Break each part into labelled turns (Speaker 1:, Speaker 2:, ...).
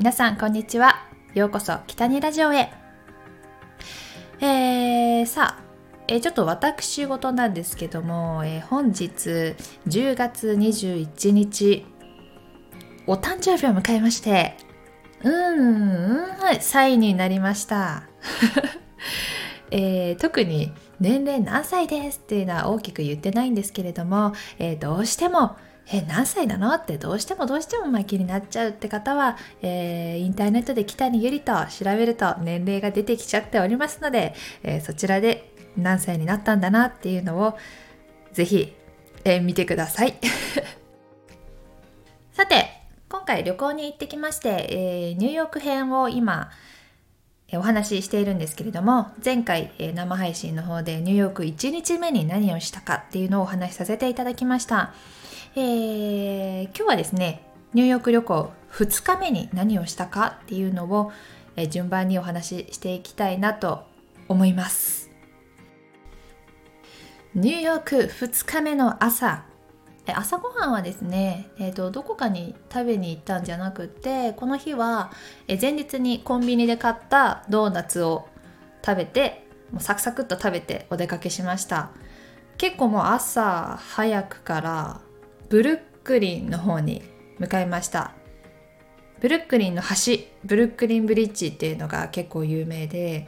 Speaker 1: 皆さんこんにちは。ようこそ北にラジオへ。さあ、ちょっと私事なんですけども、本日10月21日お誕生日を迎えまして、歳になりました。特に年齢何歳ですっていうのは大きく言ってないんですけれども、どうしても何歳なのってどうしても気になっちゃうって方は、インターネットで北にゆりと調べると年齢が出てきちゃっておりますので、そちらで何歳になったんだなっていうのをぜひ、見てください。さて、今回旅行に行ってきまして、ニューヨーク編を今お話ししているんですけれども、前回、生配信の方でニューヨーク1日目に何をしたかっていうのをお話しさせていただきました。今日はですね、ニューヨーク旅行2日目に何をしたかっていうのを、順番にお話ししていきたいなと思います。ニューヨーク2日目の朝ごはんはですね、どこかに食べに行ったんじゃなくて、この日は、前日にコンビニで買ったドーナツを食べて、もうサクサクっと食べてお出かけしました。結構もう朝早くからブルックリンの方に向かいました。ブルックリンの橋、ブルックリンブリッジっていうのが結構有名で、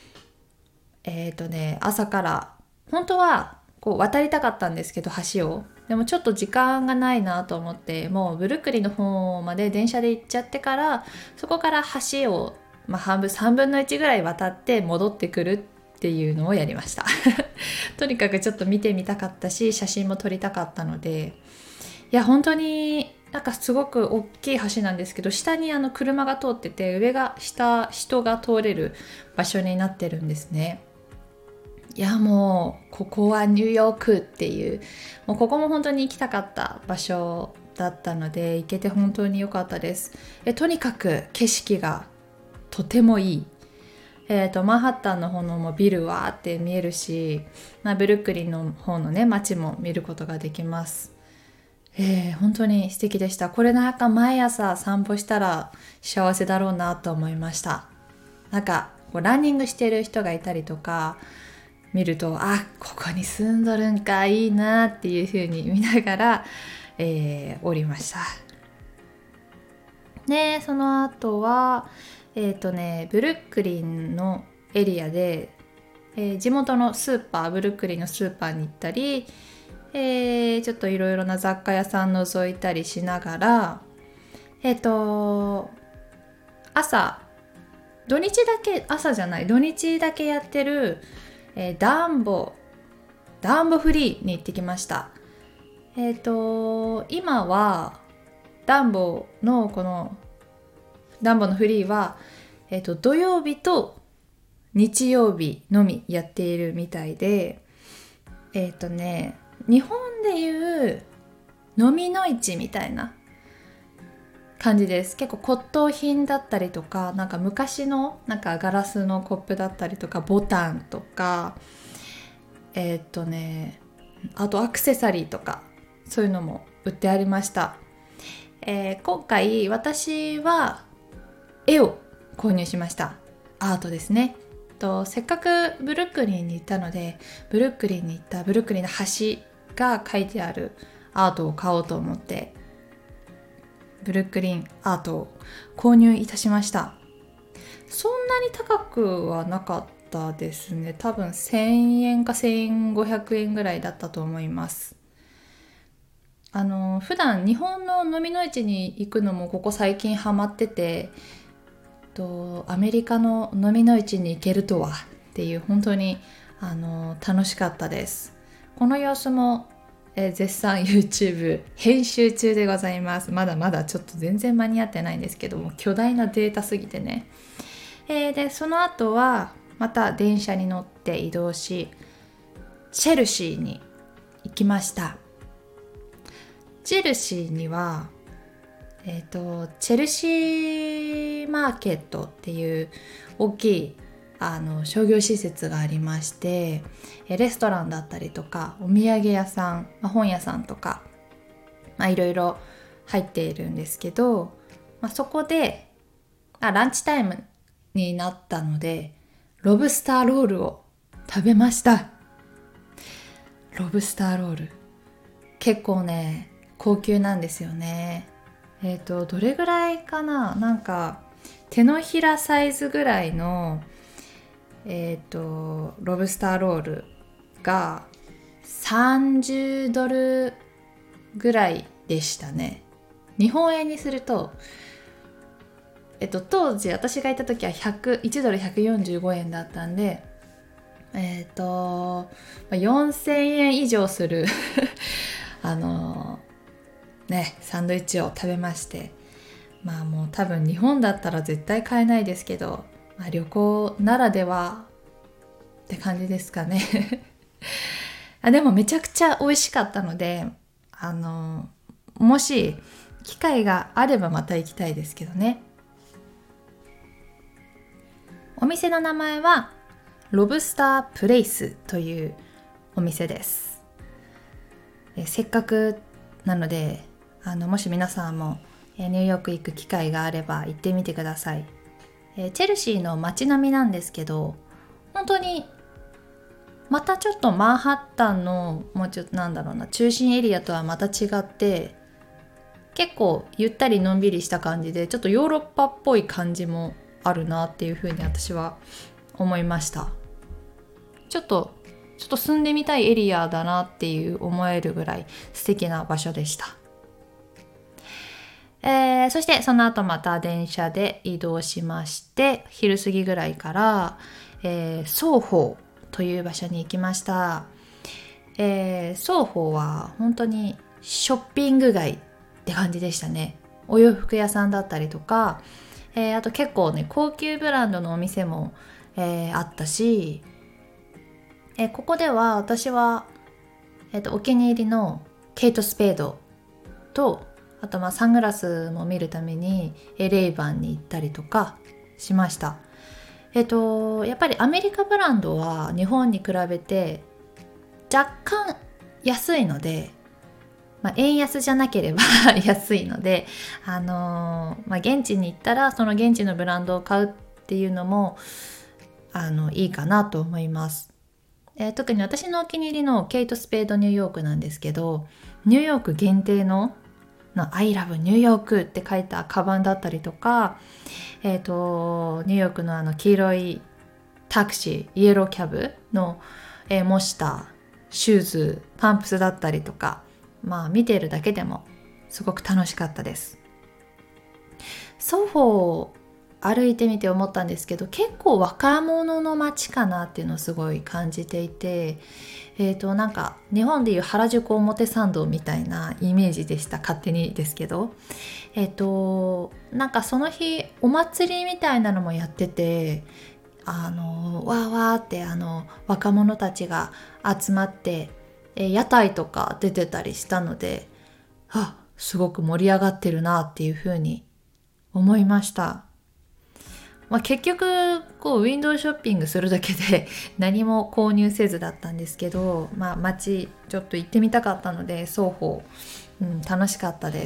Speaker 1: 朝から本当はこう渡りたかったんですけど、橋をでもちょっと時間がないなと思って、もうブルックリンの方まで電車で行っちゃってから、そこから橋を、3分の1ぐらい渡って戻ってくるっていうのをやりました。とにかくちょっと見てみたかったし、写真も撮りたかったので、いや本当になんかすごく大きい橋なんですけど、下に車が通ってて、上が人が通れる場所になってるんですね。いやもうここはニューヨークっていう、もうここも本当に行きたかった場所だったので、行けて本当に良かったです。とにかく景色がとてもいい。マンハッタンの方のもビルわーって見えるし、ブルックリンの方のね街も見ることができます。本当に素敵でした。これなんか毎朝散歩したら幸せだろうなと思いました。なんかこうランニングしてる人がいたりとか見ると、ここに住んどるんか、いいなっていう風に見ながら、降りました。でその後はブルックリンのエリアで、地元のスーパー、ブルックリンのスーパーに行ったり、ちょっといろいろな雑貨屋さん覗いたりしながら、土日だけやってる、ダンボフリーに行ってきました。今はダンボのフリーは、土曜日と日曜日のみやっているみたいで、日本でいう飲みの市みたいな感じです。結構骨董品だったりとか、なんか昔のなんかガラスのコップだったりとか、ボタンとか、あとアクセサリーとか、そういうのも売ってありました。今回私は絵を購入しました。アートですね。せっかくブルックリンに行ったので、ブルックリンの橋が書いてあるアートを買おうと思って、ブルックリンアートを購入いたしました。そんなに高くはなかったですね。多分1000円か1500円ぐらいだったと思います。普段日本の飲みの市に行くのもここ最近ハマってて、アメリカの飲みの市に行けるとはっていう、本当に楽しかったです。この様子も、絶賛 YouTube 編集中でございます。まだまだちょっと全然間に合ってないんですけども、巨大なデータすぎてね。でその後はまた電車に乗って移動し、チェルシーに行きました。チェルシーにはチェルシーマーケットっていう大きい商業施設がありまして、レストランだったりとかお土産屋さん、本屋さんとか、いろいろ入っているんですけど、そこでランチタイムになったので、ロブスターロールを食べました。ロブスターロール。結構ね、高級なんですよね。どれぐらいかな、なんか手のひらサイズぐらいのロブスターロールが30ドルぐらいでしたね。日本円にすると、当時私がいた時は1ドル145円だったんで、4000円以上するサンドイッチを食べまして、もう多分日本だったら絶対買えないですけど、旅行ならではって感じですかねでもめちゃくちゃ美味しかったので、もし機会があればまた行きたいですけどね。お店の名前はロブスタープレイスというお店です。せっかくなのでもし皆さんもニューヨーク行く機会があれば行ってみてください。チェルシーの街並みなんですけど、本当にまたちょっとマンハッタンのもうちょっと中心エリアとはまた違って、結構ゆったりのんびりした感じで、ちょっとヨーロッパっぽい感じもあるなっていうふうに私は思いました。ちょっと住んでみたいエリアだなっていう思えるぐらい素敵な場所でした。そしてその後また電車で移動しまして、昼過ぎぐらいから、ソーホーという場所に行きました。ソーホーは本当にショッピング街って感じでしたね。お洋服屋さんだったりとか、あと結構ね高級ブランドのお店も、あったし、ここでは私は、お気に入りのケイト・スペードと、あとサングラスも見るためにレイバンに行ったりとかしました。やっぱりアメリカブランドは日本に比べて若干安いので、円安じゃなければ安いので、現地に行ったらその現地のブランドを買うっていうのもいいかなと思います。特に私のお気に入りのケイト・スペードニューヨークなんですけど、ニューヨーク限定のI love ニューヨークって書いたカバンだったりとか、ニューヨークの黄色いタクシー、イエローキャブの、模したシューズ、パンプスだったりとか、見ているだけでもすごく楽しかったです。ソフォーを歩いてみて思ったんですけど、結構若者の街かなっていうのをすごい感じていて、なんか日本でいう原宿表参道みたいなイメージでした。勝手にですけど、なんかその日お祭りみたいなのもやってて、わーわーって若者たちが集まって、屋台とか出てたりしたので、すごく盛り上がってるなっていうふうに思いました。結局ウィンドウショッピングするだけで何も購入せずだったんですけど、街ちょっと行ってみたかったので双方、楽しかったです。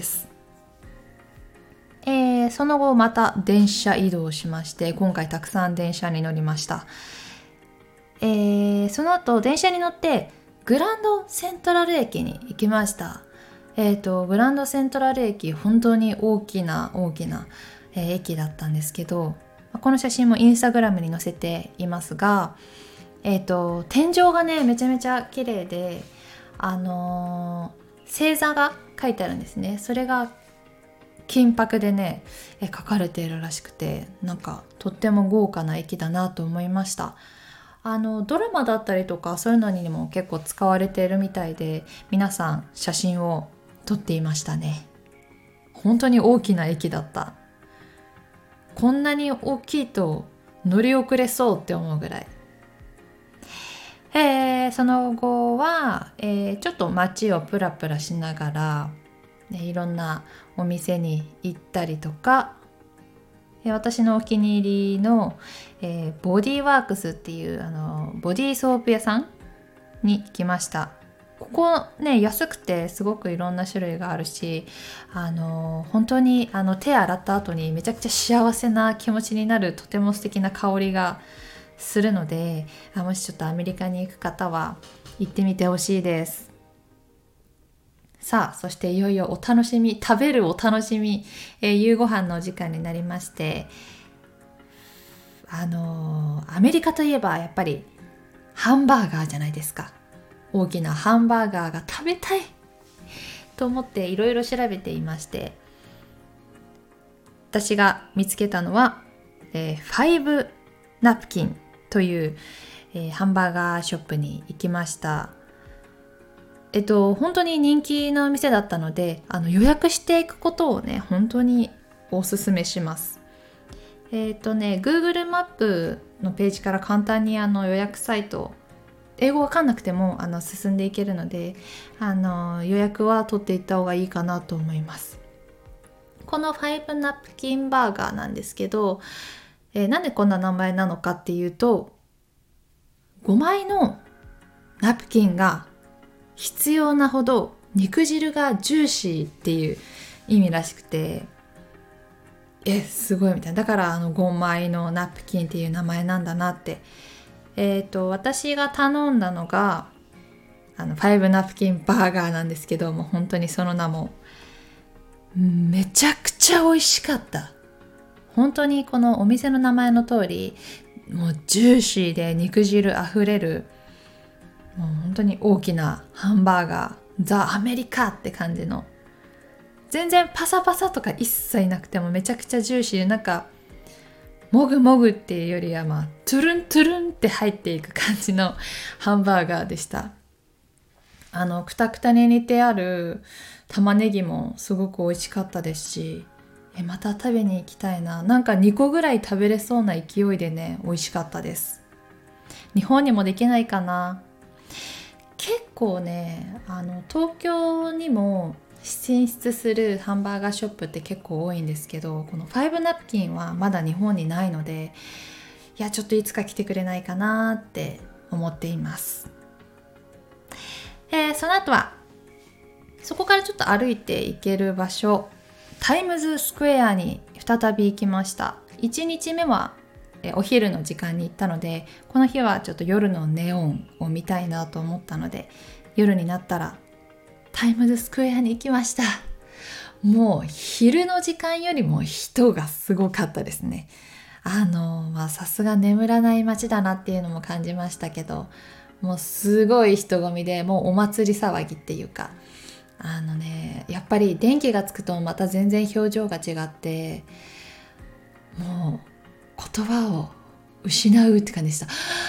Speaker 1: その後また電車移動しまして、今回たくさん電車に乗りました。その後電車に乗ってグランドセントラル駅に行きました。グランドセントラル駅、本当に大きな、駅だったんですけど、この写真もインスタグラムに載せていますが、天井がねめちゃめちゃ綺麗で、星座が書いてあるんですね。それが金箔でね書かれているらしくて、なんかとっても豪華な駅だなと思いました。ドラマだったりとかそういうのにも結構使われているみたいで、皆さん写真を撮っていましたね。本当に大きな駅だった。こんなに大きいと乗り遅れそうって思うぐらい。その後は、ちょっと街をプラプラしながら、いろんなお店に行ったりとか、私のお気に入りの、ボディーワークスっていうボディーソープ屋さんに行きました。 ここね安くてすごくいろんな種類があるし、本当に手洗った後にめちゃくちゃ幸せな気持ちになるとても素敵な香りがするので、もしちょっとアメリカに行く方は行ってみてほしいです。さあ、そしていよいよお楽しみ、食べるお楽しみ、夕ご飯のお時間になりまして、アメリカといえばやっぱりハンバーガーじゃないですか。大きなハンバーガーが食べたいと思っていろいろ調べていまして、私が見つけたのは、ファイブナプキンという、ハンバーガーショップに行きました。本当に人気の店だったので、予約していくことをね、本当におすすめします。Google マップのページから簡単に予約サイト、英語わかんなくても進んでいけるので、予約は取っていった方がいいかなと思います。この5ナプキンバーガーなんですけど、なんでこんな名前なのかっていうと、5枚のナプキンが必要なほど肉汁がジューシーっていう意味らしくて、すごいみたいな。だから5枚のナプキンっていう名前なんだなって。私が頼んだのが5ナプキンバーガーなんですけど、もう本当にその名もめちゃくちゃ美味しかった。本当にこのお店の名前の通り、もうジューシーで肉汁あふれる、もう本当に大きなハンバーガー、ザ・アメリカって感じの、全然パサパサとか一切なくてもめちゃくちゃジューシーで、なんかもぐもぐっていうよりはトゥルントゥルンって入っていく感じのハンバーガーでした。くたくたに煮てある玉ねぎもすごく美味しかったですし、また食べに行きたいな。なんか2個ぐらい食べれそうな勢いでね、美味しかったです。日本にもできないかな。結構ね、東京にも進出するハンバーガーショップって結構多いんですけど、この5ナプキンはまだ日本にないので、ちょっといつか来てくれないかなって思っています。その後はそこからちょっと歩いて行ける場所、タイムズスクエアに再び行きました。1日目はお昼の時間に行ったので、この日はちょっと夜のネオンを見たいなと思ったので、夜になったらタイムズスクエアに行きました。もう昼の時間よりも人がすごかったですね。さすが眠らない街だなっていうのも感じましたけど、もうすごい人混みで、もうお祭り騒ぎっていうか、やっぱり電気がつくとまた全然表情が違って、もう言葉を失うって感じでした。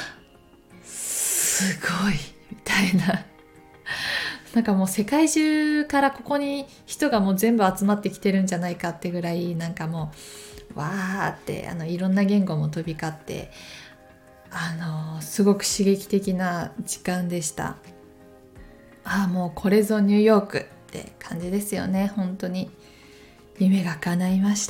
Speaker 1: すごいみたいな。なんかもう世界中からここに人がもう全部集まってきてるんじゃないかってぐらい、なんかもうわーっていろんな言語も飛び交って、すごく刺激的な時間でした。もうこれぞニューヨークって感じですよね。本当に夢が叶いました。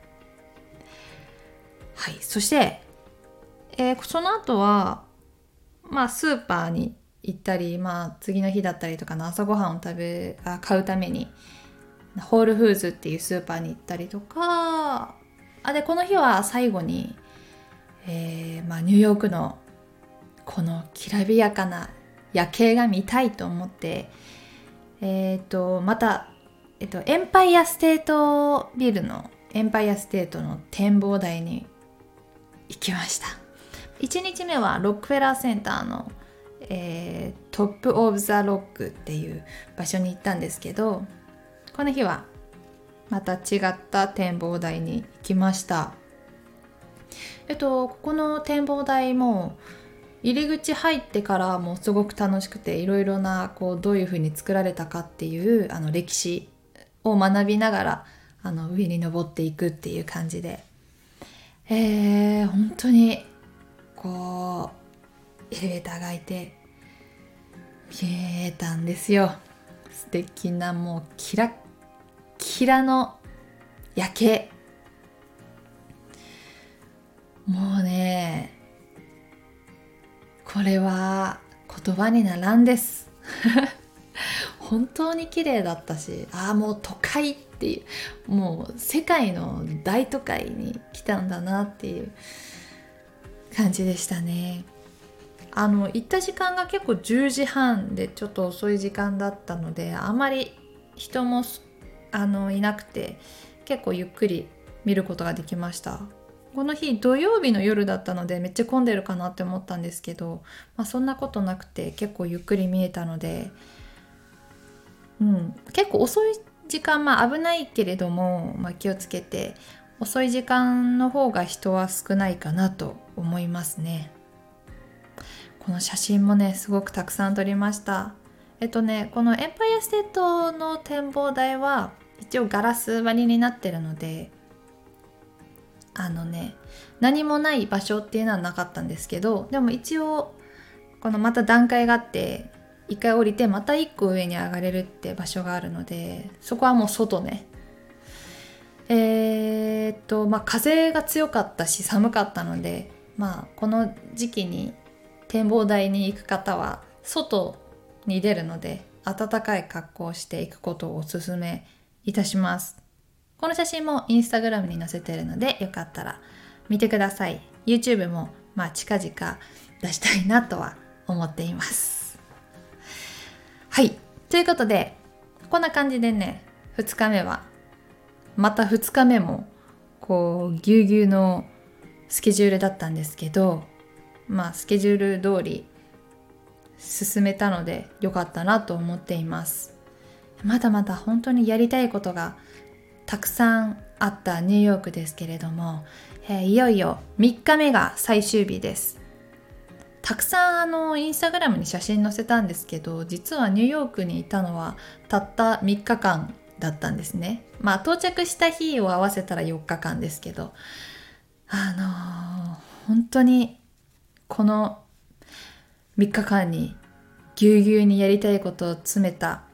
Speaker 1: はい、そして、その後はスーパーに行ったり、次の日だったりとかの朝ごはんを買うためにホールフーズっていうスーパーに行ったりとか、でこの日は最後に、ニューヨークのこのきらびやかな夜景が見たいと思って、また、エンパイアステートビルのエンパイアステートの展望台に行きました。1日目はロックフェラーセンターの、トップオブザロックっていう場所に行ったんですけど、この日はまた違った展望台に行きました。ここの展望台も入り口入ってからもすごく楽しくて、いろいろなどういう風に作られたかっていう歴史を学びながら上に登っていくっていう感じで、本当にエレベーターが開いて見えたんですよ。素敵なもうキラッキラの夜景。もうね、これは言葉にならんです。 本当に綺麗だったし、もう都会っていう、もう世界の大都会に来たんだなっていう感じでしたね。行った時間が結構10時半でちょっと遅い時間だったので、あまり人もいなくて結構ゆっくり見ることができました。この日土曜日の夜だったのでめっちゃ混んでるかなって思ったんですけど、そんなことなくて結構ゆっくり見えたので、結構遅い時間、危ないけれども、気をつけて、遅い時間の方が人は少ないかなと思いますね。この写真もね、すごくたくさん撮りました。このエンパイアステートの展望台は一応ガラス張りになってるので、何もない場所っていうのはなかったんですけど、でも一応このまた段階があって、一回降りてまた一個上に上がれるって場所があるので、そこはもう外ね。風が強かったし寒かったので、この時期に展望台に行く方は外に出るので、暖かい格好をしていくことをおすすめいたします。この写真もインスタグラムに載せているので、よかったら見てください。 YouTube も近々出したいなとは思っています。はい、ということでこんな感じでね、2日目はまた2日目もこうぎゅうぎゅうのスケジュールだったんですけど、スケジュール通り進めたので良かったなと思っています。まだまだ本当にやりたいことがたくさんあったニューヨークですけれども、いよいよ3日目が最終日です。たくさんインスタグラムに写真載せたんですけど、実はニューヨークにいたのはたった3日間だったんですね。到着した日を合わせたら4日間ですけど、本当にこの3日間にぎゅうぎゅうにやりたいことを詰めた、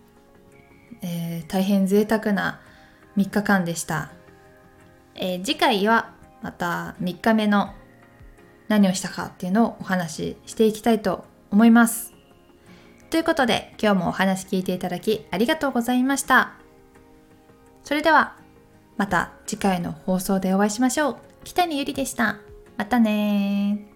Speaker 1: 大変贅沢な3日間でした。次回はまた3日目の何をしたかっていうのをお話ししていきたいと思います。ということで、今日もお話聞いていただきありがとうございました。それではまた次回の放送でお会いしましょう。北にゆりでした。またね。